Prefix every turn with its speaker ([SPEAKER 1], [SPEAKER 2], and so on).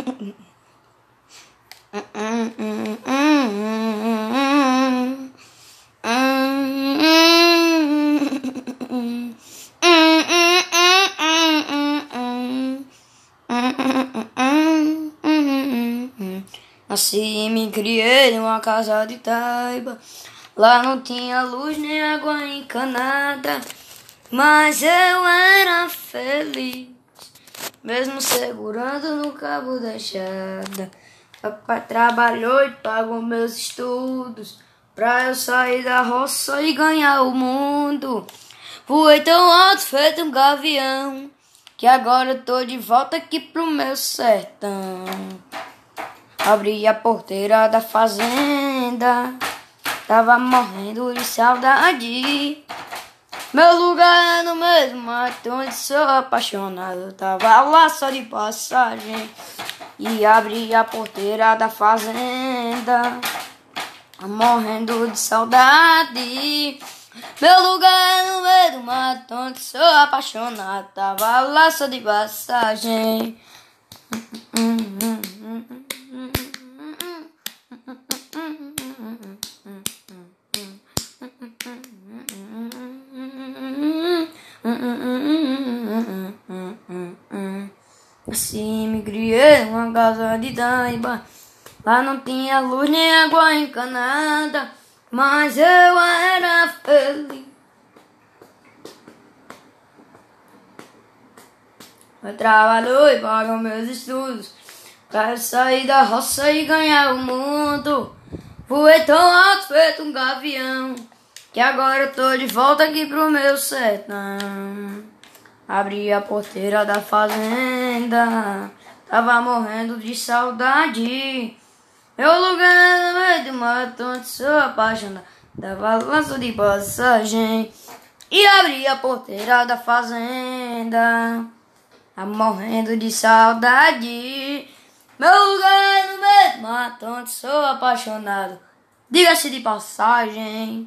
[SPEAKER 1] Nasci e me criei numa casa de taiba. Lá não tinha luz nem água encanada, mas eu era feliz, mesmo segurando no cabo da enxada. Papai trabalhou e pagou meus estudos, pra eu sair da roça e ganhar o mundo. Voei tão alto, feito um gavião, que agora eu tô de volta aqui pro meu sertão. Abri a porteira da fazenda, tava morrendo de saudade. Meu lugar é no mesmo mato onde sou apaixonado. Tava lá só de passagem e abri a porteira da fazenda, morrendo de saudade. Meu lugar é no meio do mato onde sou apaixonado. Tava lá só de passagem. Assim me criei numa casa de taiba. Lá não tinha luz nem água encanada, mas eu era feliz. Eu trabalhou e pagou meus estudos, pra eu sair da roça e ganhar o mundo. Voei tão alto, feito um gavião, que agora eu tô de volta aqui pro meu sertão. Abri a porteira da fazenda, tava morrendo de saudade. Meu lugar é no meio do mato onde sou apaixonado. Tava lanço de passagem e abri a porteira da fazenda, tava morrendo de saudade. Meu lugar é no meio do mato onde sou apaixonado. Diga-se de passagem.